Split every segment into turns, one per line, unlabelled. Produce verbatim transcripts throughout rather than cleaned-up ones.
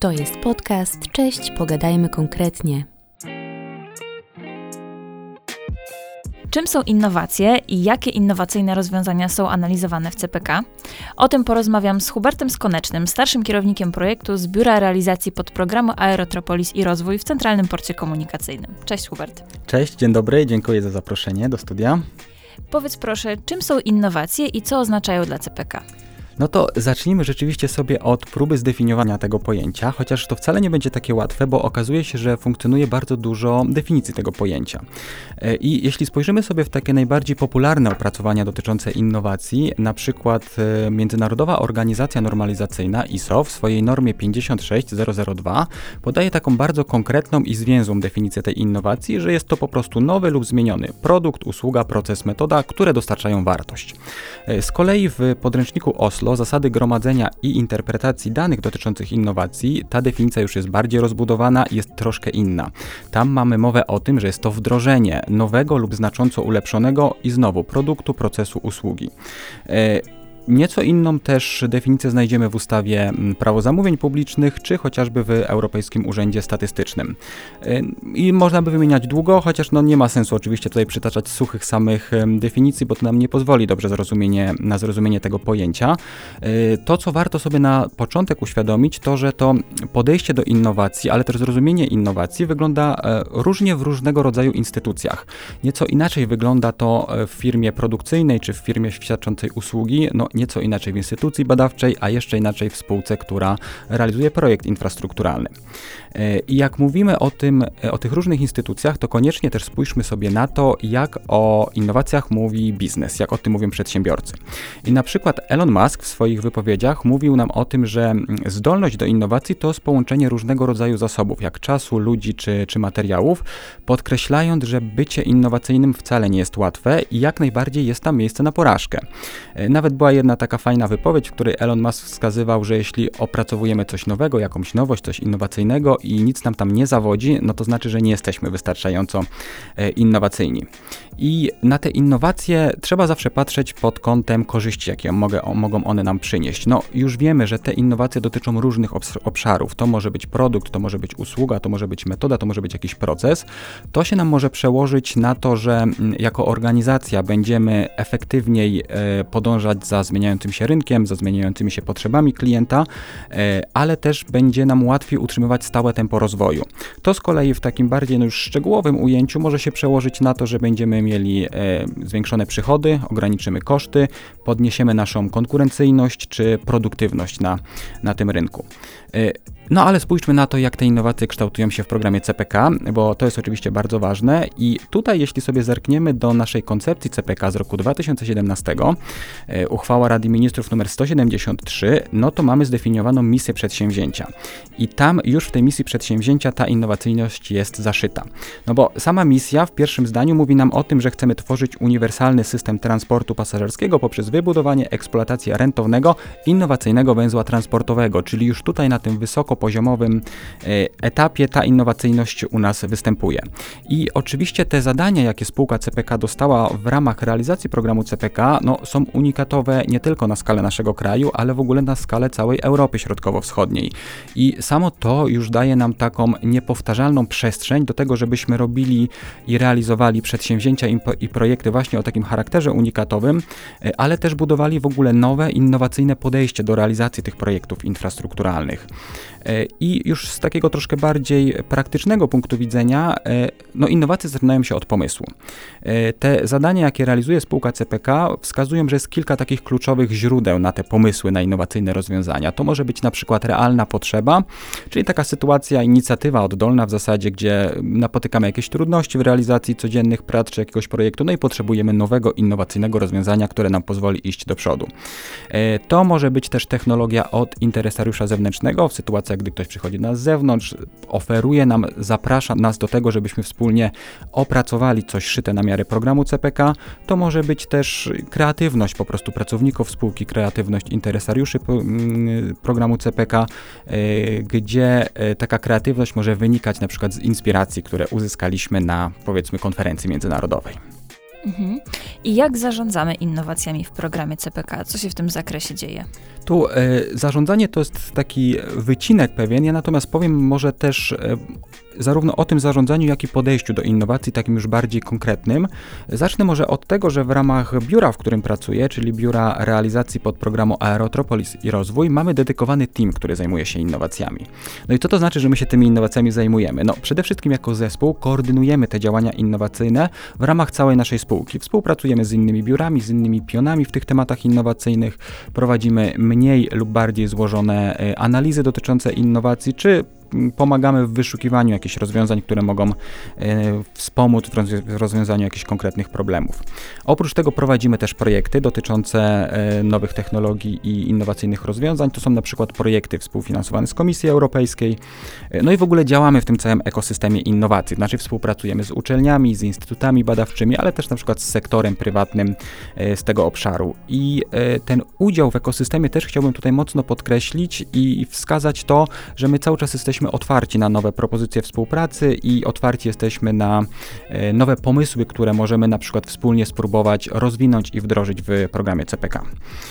To jest podcast Cześć, pogadajmy konkretnie.
Czym są innowacje i jakie innowacyjne rozwiązania są analizowane w C P K? O tym porozmawiam z Hubertem Skonecznym, starszym kierownikiem projektu z Biura Realizacji Podprogramu Aerotropolis i Rozwój w Centralnym Porcie Komunikacyjnym. Cześć Hubert.
Cześć, dzień dobry, dziękuję za zaproszenie do studia.
Powiedz proszę, czym są innowacje i co oznaczają dla C P K?
No to zacznijmy rzeczywiście sobie od próby zdefiniowania tego pojęcia, chociaż to wcale nie będzie takie łatwe, bo okazuje się, że funkcjonuje bardzo dużo definicji tego pojęcia. I jeśli spojrzymy sobie w takie najbardziej popularne opracowania dotyczące innowacji, na przykład Międzynarodowa Organizacja Normalizacyjna I S O w swojej normie pięćdziesiąt sześć zero zero dwa podaje taką bardzo konkretną i zwięzłą definicję tej innowacji, że jest to po prostu nowy lub zmieniony produkt, usługa, proces, metoda, które dostarczają wartość. Z kolei w podręczniku Oslo Zasady gromadzenia i interpretacji danych dotyczących innowacji, ta definicja już jest bardziej rozbudowana i jest troszkę inna. Tam mamy mowę o tym, że jest to wdrożenie nowego lub znacząco ulepszonego i znowu produktu, procesu, usługi. E, Nieco inną też definicję znajdziemy w ustawie Prawo zamówień publicznych, czy chociażby w Europejskim Urzędzie Statystycznym. I można by wymieniać długo, chociaż no nie ma sensu oczywiście tutaj przytaczać suchych samych definicji, bo to nam nie pozwoli dobrze zrozumienie, na zrozumienie tego pojęcia. To, co warto sobie na początek uświadomić, to, że to podejście do innowacji, ale też zrozumienie innowacji wygląda różnie w różnego rodzaju instytucjach. Nieco inaczej wygląda to w firmie produkcyjnej, czy w firmie świadczącej usługi, no nieco inaczej w instytucji badawczej, a jeszcze inaczej w spółce, która realizuje projekt infrastrukturalny. I jak mówimy o tym, o tych różnych instytucjach, to koniecznie też spójrzmy sobie na to, jak o innowacjach mówi biznes, jak o tym mówią przedsiębiorcy. I na przykład Elon Musk w swoich wypowiedziach mówił nam o tym, że zdolność do innowacji to jest połączenie różnego rodzaju zasobów, jak czasu, ludzi czy, czy materiałów, podkreślając, że bycie innowacyjnym wcale nie jest łatwe i jak najbardziej jest tam miejsce na porażkę. Nawet była jedna taka fajna wypowiedź, w której Elon Musk wskazywał, że jeśli opracowujemy coś nowego, jakąś nowość, coś innowacyjnego i nic nam tam nie zawodzi, no to znaczy, że nie jesteśmy wystarczająco e, innowacyjni. I na te innowacje trzeba zawsze patrzeć pod kątem korzyści, jakie mogę, o, mogą one nam przynieść. No już wiemy, że te innowacje dotyczą różnych obs- obszarów. To może być produkt, to może być usługa, to może być metoda, to może być jakiś proces. To się nam może przełożyć na to, że m, jako organizacja będziemy efektywniej e, podążać za zmieniającym się rynkiem, za zmieniającymi się potrzebami klienta, e, ale też będzie nam łatwiej utrzymywać stałe tempo rozwoju. To z kolei w takim bardziej no już szczegółowym ujęciu może się przełożyć na to, że będziemy mieli e, zwiększone przychody, ograniczymy koszty, podniesiemy naszą konkurencyjność czy produktywność na, na tym rynku. E, No ale spójrzmy na to, jak te innowacje kształtują się w programie C P K, bo to jest oczywiście bardzo ważne i tutaj jeśli sobie zerkniemy do naszej koncepcji C P K z roku dwa tysiące siedemnastego, e, uchwała Rady Ministrów nr sto siedemdziesiąt trzy, no to mamy zdefiniowaną misję przedsięwzięcia i tam już w tej misji przedsięwzięcia ta innowacyjność jest zaszyta. No bo sama misja w pierwszym zdaniu mówi nam o tym, że chcemy tworzyć uniwersalny system transportu pasażerskiego poprzez wybudowanie, eksploatację rentownego, innowacyjnego węzła transportowego, czyli już tutaj na tym wysoko poziomowym etapie ta innowacyjność u nas występuje. I oczywiście te zadania, jakie spółka C P K dostała w ramach realizacji programu C P K, no, są unikatowe nie tylko na skalę naszego kraju, ale w ogóle na skalę całej Europy Środkowo-Wschodniej. I samo to już daje nam taką niepowtarzalną przestrzeń do tego, żebyśmy robili i realizowali przedsięwzięcia i, i projekty właśnie o takim charakterze unikatowym, ale też budowali w ogóle nowe, innowacyjne podejście do realizacji tych projektów infrastrukturalnych. I już z takiego troszkę bardziej praktycznego punktu widzenia, no innowacje zaczynają się od pomysłu. Te zadania, jakie realizuje spółka C P K, wskazują, że jest kilka takich kluczowych źródeł na te pomysły, na innowacyjne rozwiązania. To może być na przykład realna potrzeba, czyli taka sytuacja, inicjatywa oddolna w zasadzie, gdzie napotykamy jakieś trudności w realizacji codziennych prac czy jakiegoś projektu, no i potrzebujemy nowego, innowacyjnego rozwiązania, które nam pozwoli iść do przodu. To może być też technologia od interesariusza zewnętrznego, w sytuacji, gdy ktoś przychodzi do nas z zewnątrz, oferuje nam, zaprasza nas do tego, żebyśmy wspólnie opracowali coś szyte na miarę programu C P K. To może być też kreatywność po prostu pracowników spółki, kreatywność interesariuszy programu C P K, gdzie taka kreatywność może wynikać na przykład z inspiracji, które uzyskaliśmy na, powiedzmy, konferencji międzynarodowej.
Mhm. I jak zarządzamy innowacjami w programie C P K? Co się w tym zakresie dzieje?
Tu e, zarządzanie to jest taki wycinek pewien, ja natomiast powiem może też e, zarówno o tym zarządzaniu, jak i podejściu do innowacji, takim już bardziej konkretnym. Zacznę może od tego, że w ramach biura, w którym pracuję, czyli Biura Realizacji Podprogramu Aerotropolis i Rozwój, mamy dedykowany team, który zajmuje się innowacjami. No i co to znaczy, że my się tymi innowacjami zajmujemy? No przede wszystkim jako zespół koordynujemy te działania innowacyjne w ramach całej naszej spółki. Współpracujemy z innymi biurami, z innymi pionami w tych tematach innowacyjnych, prowadzimy mniej lub bardziej złożone analizy dotyczące innowacji, czy pomagamy w wyszukiwaniu jakichś rozwiązań, które mogą e, wspomóc w, rozwią- w rozwiązaniu jakichś konkretnych problemów. Oprócz tego prowadzimy też projekty dotyczące e, nowych technologii i innowacyjnych rozwiązań. To są na przykład projekty współfinansowane z Komisji Europejskiej. E, no i w ogóle działamy w tym całym ekosystemie innowacji. Znaczy współpracujemy z uczelniami, z instytutami badawczymi, ale też na przykład z sektorem prywatnym e, z tego obszaru. I e, ten udział w ekosystemie też chciałbym tutaj mocno podkreślić i wskazać to, że my cały czas jesteśmy otwarci na nowe propozycje współpracy i otwarci jesteśmy na e, nowe pomysły, które możemy na przykład wspólnie spróbować rozwinąć i wdrożyć w programie C P K.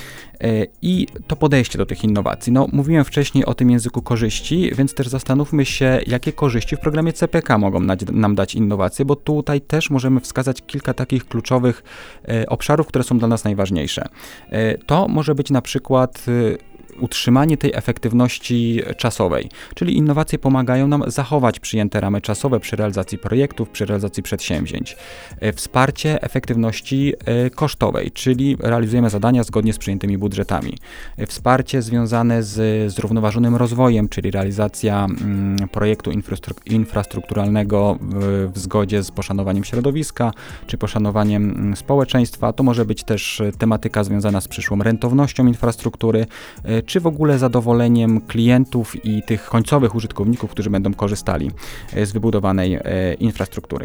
E, I to podejście do tych innowacji. No, mówiłem wcześniej o tym języku korzyści, więc też zastanówmy się, jakie korzyści w programie C P K mogą nam dać innowacje, bo tutaj też możemy wskazać kilka takich kluczowych e, obszarów, które są dla nas najważniejsze. E, to może być na przykład e, utrzymanie tej efektywności czasowej, czyli innowacje pomagają nam zachować przyjęte ramy czasowe przy realizacji projektów, przy realizacji przedsięwzięć. Wsparcie efektywności kosztowej, czyli realizujemy zadania zgodnie z przyjętymi budżetami. Wsparcie związane z zrównoważonym rozwojem, czyli realizacja mm, projektu infrastrukturalnego w, w zgodzie z poszanowaniem środowiska, czy poszanowaniem społeczeństwa. To może być też tematyka związana z przyszłą rentownością infrastruktury, czy w ogóle zadowoleniem klientów i tych końcowych użytkowników, którzy będą korzystali z wybudowanej e, infrastruktury.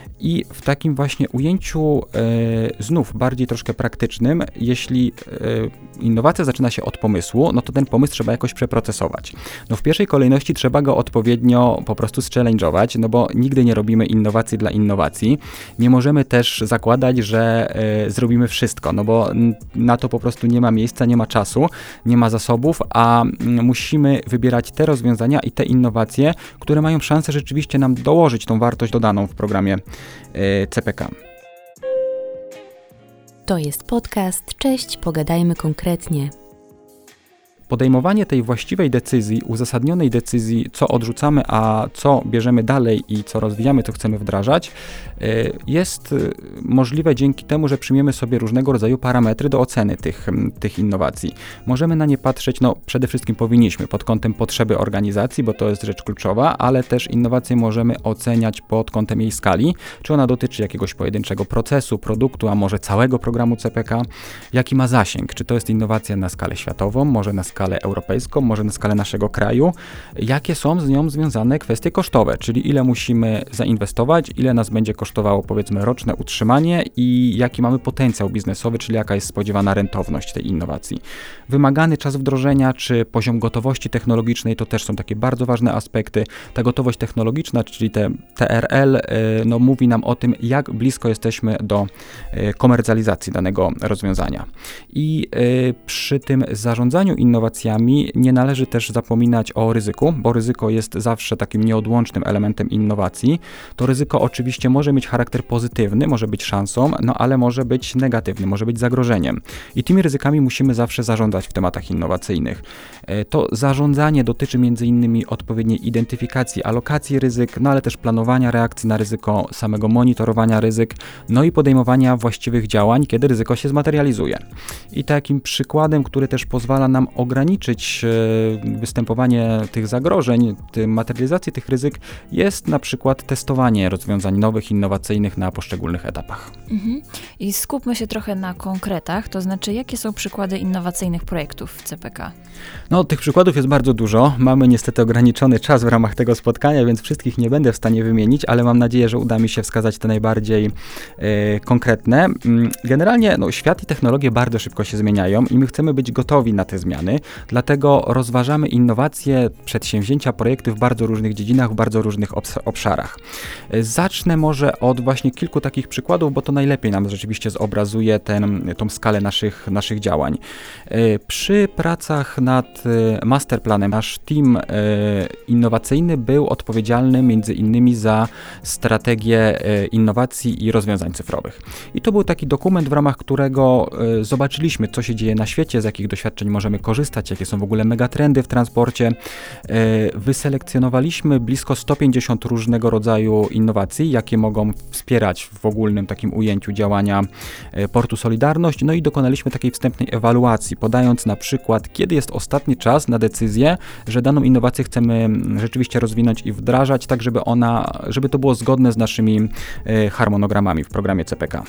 I w takim właśnie ujęciu e, znów bardziej troszkę praktycznym, jeśli e, innowacja zaczyna się od pomysłu, no to ten pomysł trzeba jakoś przeprocesować. No w pierwszej kolejności trzeba go odpowiednio po prostu zchallenge'ować, no bo nigdy nie robimy innowacji dla innowacji. Nie możemy też zakładać, że e, zrobimy wszystko, no bo na to po prostu nie ma miejsca, nie ma czasu, nie ma zasobów, a m, musimy wybierać te rozwiązania i te innowacje, które mają szansę rzeczywiście nam dołożyć tą wartość dodaną w programie C P K.
To jest podcast Cześć, pogadajmy konkretnie.
Podejmowanie tej właściwej decyzji, uzasadnionej decyzji, co odrzucamy, a co bierzemy dalej i co rozwijamy, co chcemy wdrażać, jest możliwe dzięki temu, że przyjmiemy sobie różnego rodzaju parametry do oceny tych, tych innowacji. Możemy na nie patrzeć, no przede wszystkim powinniśmy pod kątem potrzeby organizacji, bo to jest rzecz kluczowa, ale też innowację możemy oceniać pod kątem jej skali, czy ona dotyczy jakiegoś pojedynczego procesu, produktu, a może całego programu C P K, jaki ma zasięg, czy to jest innowacja na skalę światową, może na skalę europejską, może na skalę naszego kraju, jakie są z nią związane kwestie kosztowe, czyli ile musimy zainwestować, ile nas będzie kosztowało powiedzmy roczne utrzymanie i jaki mamy potencjał biznesowy, czyli jaka jest spodziewana rentowność tej innowacji. Wymagany czas wdrożenia, czy poziom gotowości technologicznej, to też są takie bardzo ważne aspekty. Ta gotowość technologiczna, czyli te T R L, no, mówi nam o tym, jak blisko jesteśmy do komercjalizacji danego rozwiązania. I przy tym zarządzaniu innowacjami nie należy też zapominać o ryzyku, bo ryzyko jest zawsze takim nieodłącznym elementem innowacji. To ryzyko oczywiście może mieć charakter pozytywny, może być szansą, no ale może być negatywny, może być zagrożeniem. I tymi ryzykami musimy zawsze zarządzać w tematach innowacyjnych. To zarządzanie dotyczy między innymi odpowiedniej identyfikacji, alokacji ryzyk, no ale też planowania reakcji na ryzyko, samego monitorowania ryzyk, no i podejmowania właściwych działań, kiedy ryzyko się zmaterializuje. I takim przykładem, który też pozwala nam ograniczyć występowanie tych zagrożeń, materializację tych ryzyk, jest na przykład testowanie rozwiązań nowych, innowacyjnych na poszczególnych etapach.
Mhm. I skupmy się trochę na konkretach, to znaczy jakie są przykłady innowacyjnych projektów w C P K?
No, tych przykładów jest bardzo dużo. Mamy niestety ograniczony czas w ramach tego spotkania, więc wszystkich nie będę w stanie wymienić, ale mam nadzieję, że uda mi się wskazać te najbardziej e, konkretne. Generalnie no, świat i technologie bardzo szybko się zmieniają i my chcemy być gotowi na te zmiany. dlatego rozważamy innowacje, przedsięwzięcia, projekty w bardzo różnych dziedzinach, w bardzo różnych obszarach. Zacznę może od właśnie kilku takich przykładów, bo to najlepiej nam rzeczywiście zobrazuje ten, tą skalę naszych, naszych działań. Przy pracach nad masterplanem nasz team innowacyjny był odpowiedzialny między innymi za strategię innowacji i rozwiązań cyfrowych. I to był taki dokument, w ramach którego zobaczyliśmy, co się dzieje na świecie, z jakich doświadczeń możemy korzystać, jakie są w ogóle megatrendy w transporcie. Wyselekcjonowaliśmy blisko sto pięćdziesiąt różnego rodzaju innowacji, jakie mogą wspierać w ogólnym takim ujęciu działania Portu Solidarność, no i dokonaliśmy takiej wstępnej ewaluacji, podając na przykład, kiedy jest ostatni czas na decyzję, że daną innowację chcemy rzeczywiście rozwinąć i wdrażać, tak żeby ona, żeby to było zgodne z naszymi harmonogramami w programie C P K.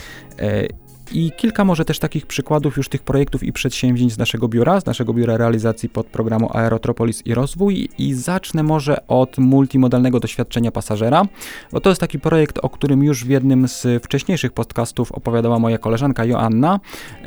I kilka może też takich przykładów już tych projektów i przedsięwzięć z naszego biura, z naszego biura realizacji podprogramu Aerotropolis i Rozwój, i zacznę może od multimodalnego doświadczenia pasażera, bo to jest taki projekt, o którym już w jednym z wcześniejszych podcastów opowiadała moja koleżanka Joanna,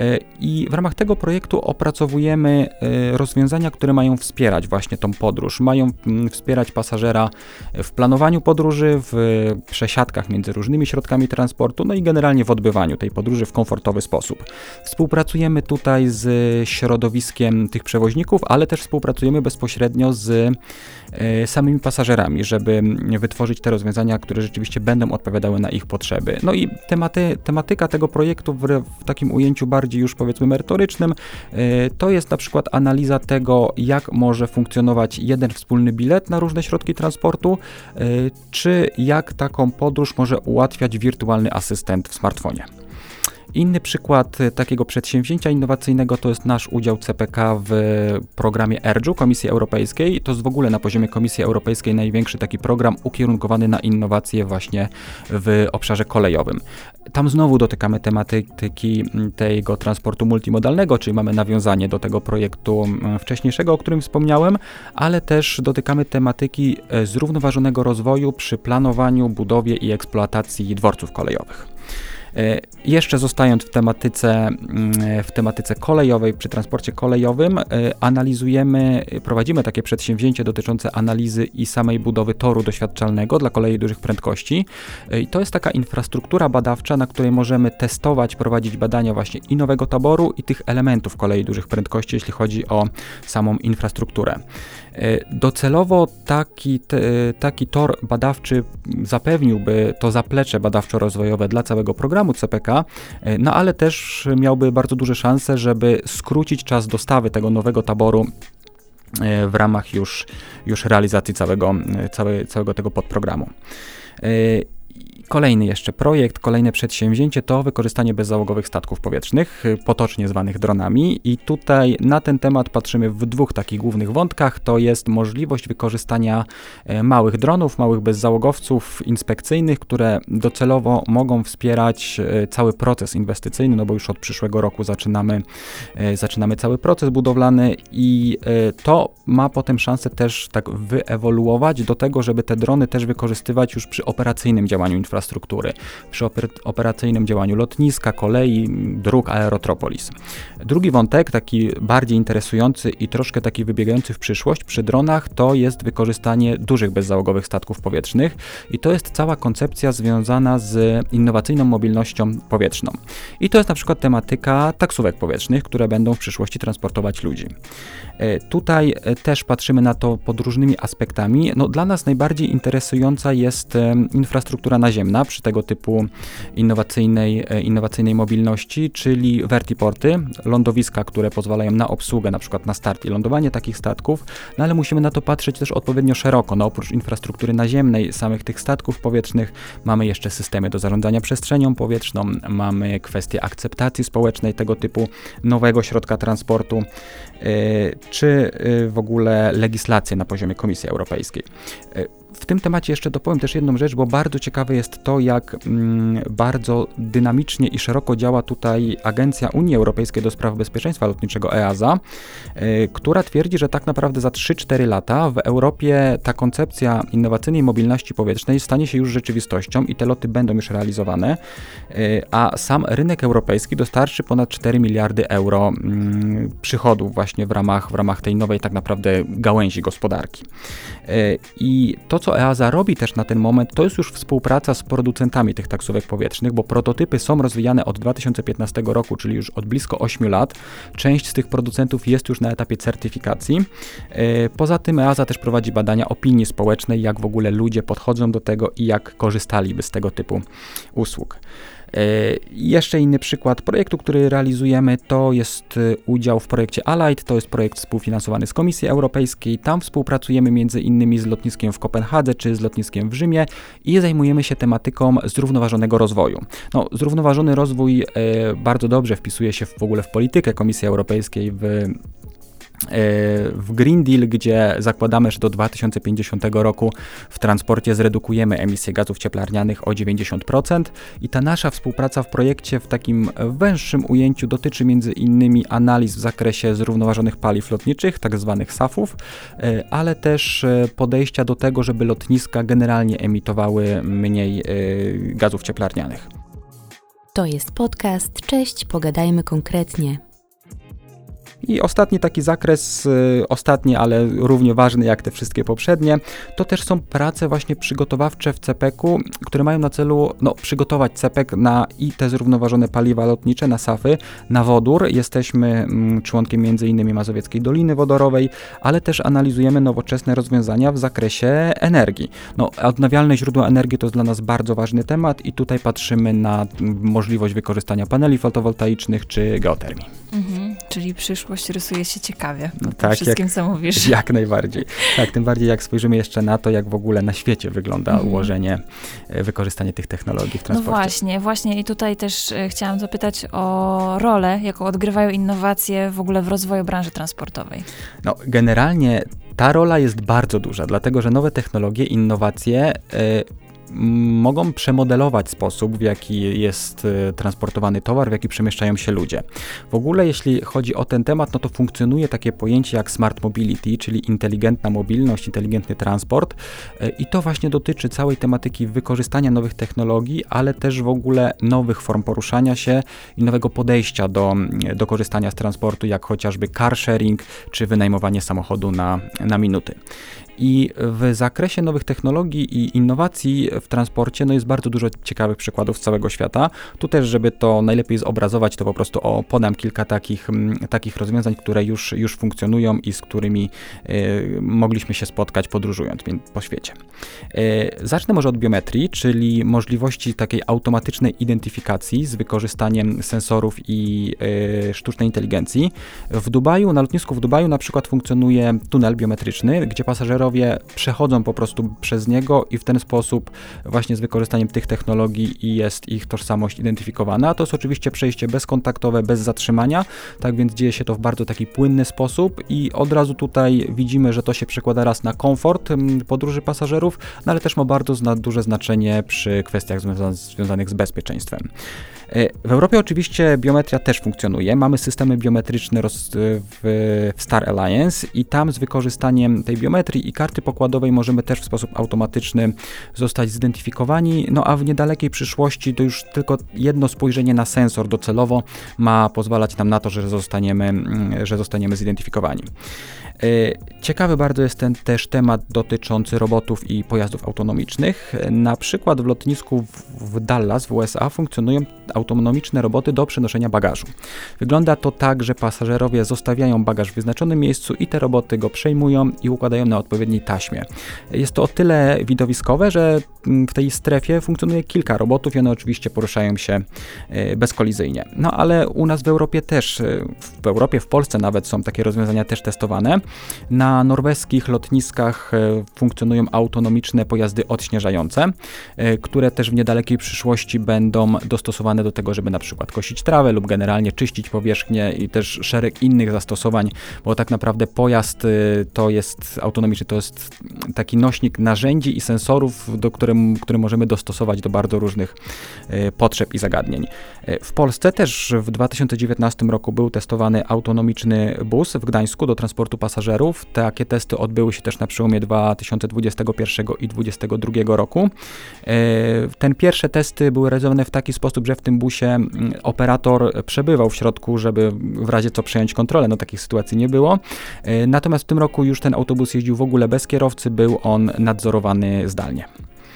i w ramach tego projektu opracowujemy rozwiązania, które mają wspierać właśnie tą podróż, mają wspierać pasażera w planowaniu podróży, w przesiadkach między różnymi środkami transportu, no i generalnie w odbywaniu tej podróży w komfortowy sposób. Współpracujemy tutaj z środowiskiem tych przewoźników, ale też współpracujemy bezpośrednio z e, samymi pasażerami, żeby wytworzyć te rozwiązania, które rzeczywiście będą odpowiadały na ich potrzeby. No i tematy, tematyka tego projektu w, w takim ujęciu bardziej już powiedzmy merytorycznym, e, to jest na przykład analiza tego, jak może funkcjonować jeden wspólny bilet na różne środki transportu, e, czy jak taką podróż może ułatwiać wirtualny asystent w smartfonie. Inny przykład takiego przedsięwzięcia innowacyjnego to jest nasz udział C P K w programie E R J U Komisji Europejskiej. To jest w ogóle na poziomie Komisji Europejskiej największy taki program ukierunkowany na innowacje właśnie w obszarze kolejowym. Tam znowu dotykamy tematyki tego transportu multimodalnego, czyli mamy nawiązanie do tego projektu wcześniejszego, o którym wspomniałem, ale też dotykamy tematyki zrównoważonego rozwoju przy planowaniu, budowie i eksploatacji dworców kolejowych. Jeszcze zostając w tematyce, w tematyce kolejowej, przy transporcie kolejowym, analizujemy, prowadzimy takie przedsięwzięcie dotyczące analizy i samej budowy toru doświadczalnego dla kolei dużych prędkości. I to jest taka infrastruktura badawcza, na której możemy testować, prowadzić badania właśnie i nowego taboru, i tych elementów kolei dużych prędkości, jeśli chodzi o samą infrastrukturę. Docelowo taki, taki tor badawczy zapewniłby to zaplecze badawczo-rozwojowe dla całego programu C P K, no ale też miałby bardzo duże szanse, żeby skrócić czas dostawy tego nowego taboru w ramach już, już realizacji całego, całe, całego tego podprogramu. Kolejny jeszcze projekt, kolejne przedsięwzięcie to wykorzystanie bezzałogowych statków powietrznych, potocznie zwanych dronami, i tutaj na ten temat patrzymy w dwóch takich głównych wątkach. To jest możliwość wykorzystania małych dronów, małych bezzałogowców inspekcyjnych, które docelowo mogą wspierać cały proces inwestycyjny, no bo już od przyszłego roku zaczynamy, zaczynamy cały proces budowlany, i to ma potem szansę też tak wyewoluować do tego, żeby te drony też wykorzystywać już przy operacyjnym działaniu infrastruktury. infrastruktury, przy operacyjnym działaniu lotniska, kolei, dróg Aerotropolis. Drugi wątek, taki bardziej interesujący i troszkę taki wybiegający w przyszłość przy dronach, to jest wykorzystanie dużych bezzałogowych statków powietrznych, i to jest cała koncepcja związana z innowacyjną mobilnością powietrzną. I to jest na przykład tematyka taksówek powietrznych, które będą w przyszłości transportować ludzi. Tutaj też patrzymy na to pod różnymi aspektami. No, dla nas najbardziej interesująca jest infrastruktura naziemna przy tego typu innowacyjnej, innowacyjnej mobilności, czyli vertiporty, lądowiska, które pozwalają na obsługę, na przykład na start i lądowanie takich statków, no ale musimy na to patrzeć też odpowiednio szeroko. No, oprócz infrastruktury naziemnej, samych tych statków powietrznych, mamy jeszcze systemy do zarządzania przestrzenią powietrzną, mamy kwestię akceptacji społecznej tego typu nowego środka transportu, yy, czy yy, w ogóle legislację na poziomie Komisji Europejskiej. Yy, w tym temacie jeszcze dopowiem też jedną rzecz, bo bardzo ciekawe jest to, jak mm, bardzo dynamicznie i szeroko działa tutaj Agencja Unii Europejskiej do Spraw Bezpieczeństwa Lotniczego E A S A, y, która twierdzi, że tak naprawdę za trzy cztery lata w Europie ta koncepcja innowacyjnej mobilności powietrznej stanie się już rzeczywistością i te loty będą już realizowane, y, a sam rynek europejski dostarczy ponad cztery miliardy euro mm, przychodów właśnie w ramach, w ramach tej nowej tak naprawdę gałęzi gospodarki. Y, I to, co E A S A robi też na ten moment, to jest już współpraca z producentami tych taksówek powietrznych, bo prototypy są rozwijane od dwa tysiące piętnastego roku, czyli już od blisko ośmiu lat. Część z tych producentów jest już na etapie certyfikacji. Poza tym E A S A też prowadzi badania opinii społecznej, jak w ogóle ludzie podchodzą do tego i jak korzystaliby z tego typu usług. Jeszcze inny przykład projektu, który realizujemy, to jest udział w projekcie Alight, to jest projekt współfinansowany z Komisji Europejskiej. Tam współpracujemy między innymi z lotniskiem w Kopenhadze czy z lotniskiem w Rzymie i zajmujemy się tematyką zrównoważonego rozwoju. No, zrównoważony rozwój bardzo dobrze wpisuje się w ogóle w politykę Komisji Europejskiej, w w Green Deal, gdzie zakładamy, że do dwa tysiące pięćdziesiątego roku w transporcie zredukujemy emisję gazów cieplarnianych o dziewięćdziesiąt procent i ta nasza współpraca w projekcie w takim węższym ujęciu dotyczy między innymi analiz w zakresie zrównoważonych paliw lotniczych, tak zwanych S A F-ów, ale też podejścia do tego, żeby lotniska generalnie emitowały mniej gazów cieplarnianych.
To jest podcast Cześć, pogadajmy konkretnie.
I ostatni taki zakres, y, ostatni, ale równie ważny jak te wszystkie poprzednie, to też są prace właśnie przygotowawcze w C P K u, które mają na celu no, przygotować C P K na i te zrównoważone paliwa lotnicze, na S A F-y, na wodór. Jesteśmy mm, członkiem między innymi Mazowieckiej Doliny Wodorowej, ale też analizujemy nowoczesne rozwiązania w zakresie energii. No, odnawialne źródła energii to jest dla nas bardzo ważny temat i tutaj patrzymy na możliwość wykorzystania paneli fotowoltaicznych czy geotermii.
Mhm, czyli przyszłość rysuje się ciekawie po
tak,
wszystkim,
jak,
co mówisz.
Jak najbardziej. Tak, tym bardziej jak spojrzymy jeszcze na to, jak w ogóle na świecie wygląda mhm. ułożenie, wykorzystanie tych technologii w transporcie.
No właśnie, właśnie i tutaj też e, chciałam zapytać o rolę, jaką odgrywają innowacje w ogóle w rozwoju branży transportowej.
No, generalnie ta rola jest bardzo duża, dlatego że nowe technologie, innowacje y, mogą przemodelować sposób, w jaki jest y, transportowany towar, w jaki przemieszczają się ludzie. W ogóle jeśli chodzi o ten temat, no to funkcjonuje takie pojęcie jak smart mobility, czyli inteligentna mobilność, inteligentny transport y, i to właśnie dotyczy całej tematyki wykorzystania nowych technologii, ale też w ogóle nowych form poruszania się i nowego podejścia do, do korzystania z transportu, jak chociażby car sharing, czy wynajmowanie samochodu na, na minuty. I w zakresie nowych technologii i innowacji w transporcie no jest bardzo dużo ciekawych przykładów z całego świata. Tu też, żeby to najlepiej zobrazować, to po prostu o, podam kilka takich, m, takich rozwiązań, które już, już funkcjonują i z którymi y, mogliśmy się spotkać podróżując po świecie. Y, zacznę może od biometrii, czyli możliwości takiej automatycznej identyfikacji z wykorzystaniem sensorów i y, sztucznej inteligencji. W Dubaju, na lotnisku w Dubaju na przykład funkcjonuje tunel biometryczny, gdzie pasażerowie przechodzą po prostu przez niego i w ten sposób właśnie z wykorzystaniem tych technologii i jest ich tożsamość identyfikowana. To jest oczywiście przejście bezkontaktowe, bez zatrzymania, tak więc dzieje się to w bardzo taki płynny sposób i od razu tutaj widzimy, że to się przekłada raz na komfort podróży pasażerów, no ale też ma bardzo zna- duże znaczenie przy kwestiach związa- związanych z bezpieczeństwem. W Europie oczywiście biometria też funkcjonuje. Mamy systemy biometryczne roz- w, w Star Alliance i tam z wykorzystaniem tej biometrii i karty pokładowej możemy też w sposób automatyczny zostać zidentyfikowani, no a w niedalekiej przyszłości to już tylko jedno spojrzenie na sensor docelowo ma pozwalać nam na to, że zostaniemy, że zostaniemy zidentyfikowani. Ciekawy bardzo jest ten też temat dotyczący robotów i pojazdów autonomicznych. Na przykład w lotnisku w Dallas w U S A funkcjonują autonomiczne roboty do przenoszenia bagażu. Wygląda to tak, że pasażerowie zostawiają bagaż w wyznaczonym miejscu i te roboty go przejmują i układają na odpowiedniej taśmie. Jest to o tyle widowiskowe, że w tej strefie funkcjonuje kilka robotów i one oczywiście poruszają się bezkolizyjnie. No ale u nas w Europie też, w Europie, w Polsce nawet są takie rozwiązania też testowane. Na norweskich lotniskach funkcjonują autonomiczne pojazdy odśnieżające, które też w niedalekiej przyszłości będą dostosowane do tego, żeby na przykład kosić trawę lub generalnie czyścić powierzchnię i też szereg innych zastosowań, bo tak naprawdę pojazd to jest autonomiczny, to jest taki nośnik narzędzi i sensorów, do którym, który możemy dostosować do bardzo różnych potrzeb i zagadnień. W Polsce też w dwa tysiące dziewiętnastym roku był testowany autonomiczny bus w Gdańsku do transportu pasażerów. Takie testy odbyły się też na przełomie dwa tysiące dwudziestego pierwszego i dwudziestego drugiego roku. Ten pierwsze testy były realizowane w taki sposób, że w tym busie operator przebywał w środku, żeby w razie co przejąć kontrolę. No takich sytuacji nie było. Natomiast w tym roku już ten autobus jeździł w ogóle bez kierowcy, był on nadzorowany zdalnie.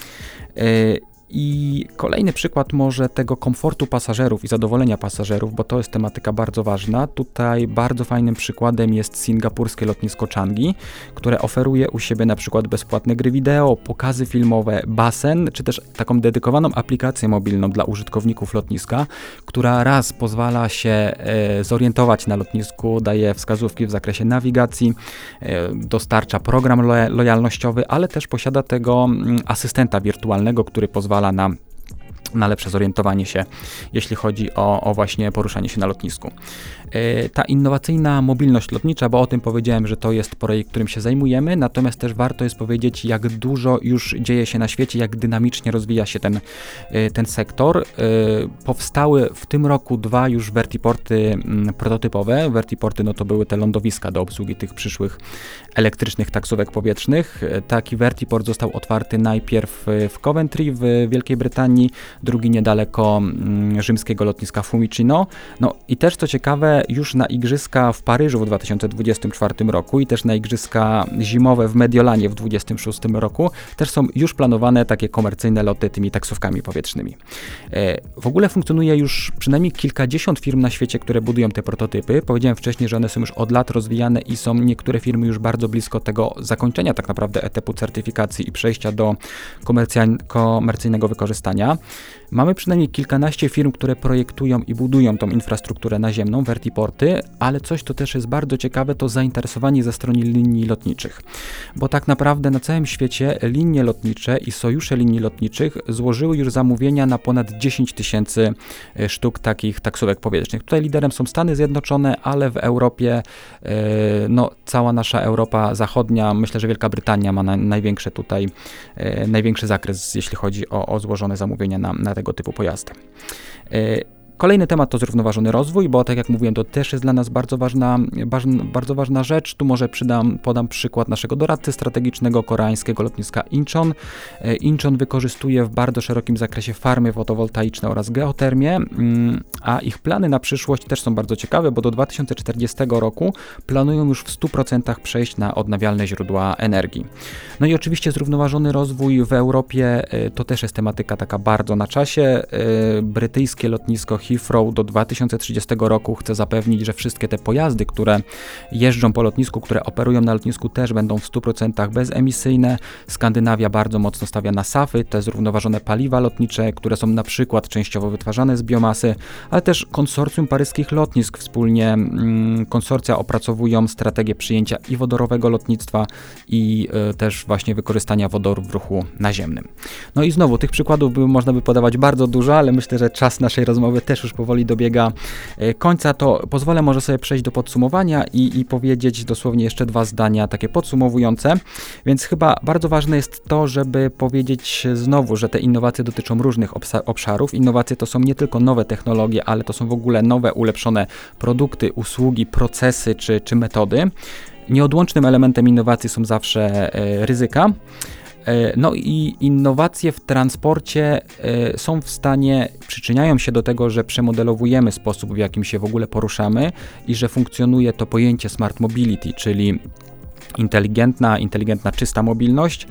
I kolejny przykład może tego komfortu pasażerów i zadowolenia pasażerów, bo to jest tematyka bardzo ważna. Tutaj bardzo fajnym przykładem jest singapurskie lotnisko Changi, które oferuje u siebie na przykład bezpłatne gry wideo, pokazy filmowe, basen, czy też taką dedykowaną aplikację mobilną dla użytkowników lotniska, która raz pozwala się e, zorientować na lotnisku, daje wskazówki w zakresie nawigacji, e, dostarcza program lo- lojalnościowy, ale też posiada tego m, asystenta wirtualnego, który pozwala na, na lepsze zorientowanie się, jeśli chodzi o, o właśnie poruszanie się na lotnisku. Yy, ta innowacyjna mobilność lotnicza, bo o tym powiedziałem, że to jest projekt, którym się zajmujemy, natomiast też warto jest powiedzieć, jak dużo już dzieje się na świecie, jak dynamicznie rozwija się ten, yy, ten sektor. Yy, powstały w tym roku dwa już vertiporty yy, prototypowe. Vertiporty no to były te lądowiska do obsługi tych przyszłych elektrycznych taksówek powietrznych. Yy, taki vertiport został otwarty najpierw w Coventry w Wielkiej Brytanii, drugi niedaleko yy, rzymskiego lotniska Fiumicino. No i też co ciekawe, już na igrzyska w Paryżu w dwa tysiące dwudziestym czwartym roku i też na igrzyska zimowe w Mediolanie w dwa tysiące dwudziestym szóstym roku też są już planowane takie komercyjne loty tymi taksówkami powietrznymi. W ogóle funkcjonuje już przynajmniej kilkadziesiąt firm na świecie, które budują te prototypy. Powiedziałem wcześniej, że one są już od lat rozwijane i są niektóre firmy już bardzo blisko tego zakończenia tak naprawdę etapu certyfikacji i przejścia do komercjal- komercyjnego wykorzystania. Mamy przynajmniej kilkanaście firm, które projektują i budują tą infrastrukturę naziemną, vertiporty, ale coś, co też jest bardzo ciekawe, to zainteresowanie ze strony linii lotniczych. Bo tak naprawdę na całym świecie linie lotnicze i sojusze linii lotniczych złożyły już zamówienia na ponad dziesięć tysięcy sztuk takich taksówek powietrznych. Tutaj liderem są Stany Zjednoczone, ale w Europie, no cała nasza Europa Zachodnia, myślę, że Wielka Brytania ma na, największe tutaj, największy zakres, jeśli chodzi o, o złożone zamówienia na, na tego typu pojazdy. Kolejny temat to zrównoważony rozwój, bo tak jak mówiłem, to też jest dla nas bardzo ważna, bardzo ważna rzecz. Tu może przydam, podam przykład naszego doradcy strategicznego koreańskiego lotniska Incheon. Incheon wykorzystuje w bardzo szerokim zakresie farmy fotowoltaiczne oraz geotermię, a ich plany na przyszłość też są bardzo ciekawe, bo do dwa tysiące czterdziestego roku planują już w stu procentach przejść na odnawialne źródła energii. No i oczywiście zrównoważony rozwój w Europie to też jest tematyka taka bardzo na czasie. Brytyjskie lotnisko Heathrow do dwa tysiące trzydziestego roku chce zapewnić, że wszystkie te pojazdy, które jeżdżą po lotnisku, które operują na lotnisku, też będą w stu procentach bezemisyjne. Skandynawia bardzo mocno stawia na safy, te zrównoważone paliwa lotnicze, które są na przykład częściowo wytwarzane z biomasy, ale też konsorcjum paryskich lotnisk wspólnie mm, konsorcja opracowują strategię przyjęcia i wodorowego lotnictwa i y, też właśnie wykorzystania wodoru w ruchu naziemnym. No i znowu tych przykładów by, można by podawać bardzo dużo, ale myślę, że czas naszej rozmowy też już powoli dobiega końca, to pozwolę może sobie przejść do podsumowania i, i powiedzieć dosłownie jeszcze dwa zdania takie podsumowujące, więc chyba bardzo ważne jest to, żeby powiedzieć znowu, że te innowacje dotyczą różnych obsa- obszarów. Innowacje to są nie tylko nowe technologie, ale to są w ogóle nowe, ulepszone produkty, usługi, procesy czy, czy metody. Nieodłącznym elementem innowacji są zawsze e, ryzyka. No i innowacje w transporcie y, są w stanie, przyczyniają się do tego, że przemodelowujemy sposób, w jakim się w ogóle poruszamy i że funkcjonuje to pojęcie smart mobility, czyli inteligentna, inteligentna, czysta mobilność.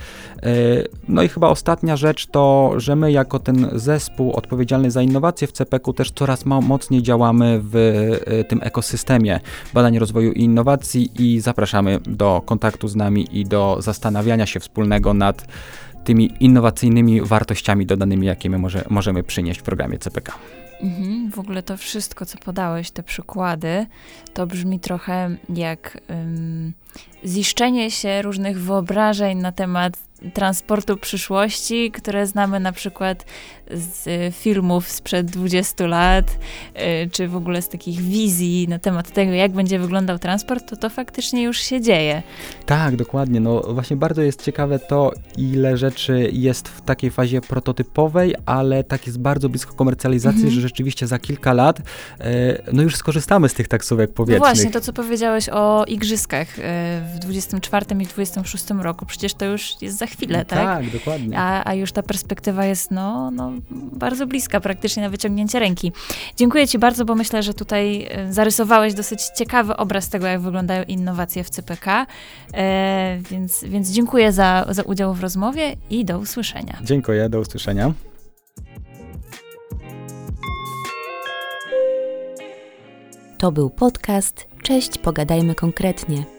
No i chyba ostatnia rzecz to, że my jako ten zespół odpowiedzialny za innowacje w C P K u też coraz mocniej działamy w tym ekosystemie badań, rozwoju i innowacji i zapraszamy do kontaktu z nami i do zastanawiania się wspólnego nad tymi innowacyjnymi wartościami dodanymi, jakie my może, możemy przynieść w programie C P K.
Mhm, w ogóle to wszystko, co podałeś, te przykłady, to brzmi trochę jak ym, ziszczenie się różnych wyobrażeń na temat transportu przyszłości, które znamy na przykład z filmów sprzed dwudziestu lat, czy w ogóle z takich wizji na temat tego, jak będzie wyglądał transport, to to faktycznie już się dzieje.
Tak, dokładnie. No właśnie bardzo jest ciekawe to, ile rzeczy jest w takiej fazie prototypowej, ale tak jest bardzo blisko komercjalizacji, mhm. że rzeczywiście za kilka lat no już skorzystamy z tych taksówek powietrznych.
No właśnie, to co powiedziałeś o igrzyskach w dwudziestym czwartym i dwudziestym szóstym roku, przecież to już jest za chwilę, tak?
Tak, dokładnie.
A, a już ta perspektywa jest no, no, bardzo bliska, praktycznie na wyciągnięcie ręki. Dziękuję Ci bardzo, bo myślę, że tutaj zarysowałeś dosyć ciekawy obraz tego, jak wyglądają innowacje w C P K, e, więc, więc dziękuję za, za udział w rozmowie i do usłyszenia.
Dziękuję, do usłyszenia.
To był podcast Cześć, pogadajmy konkretnie.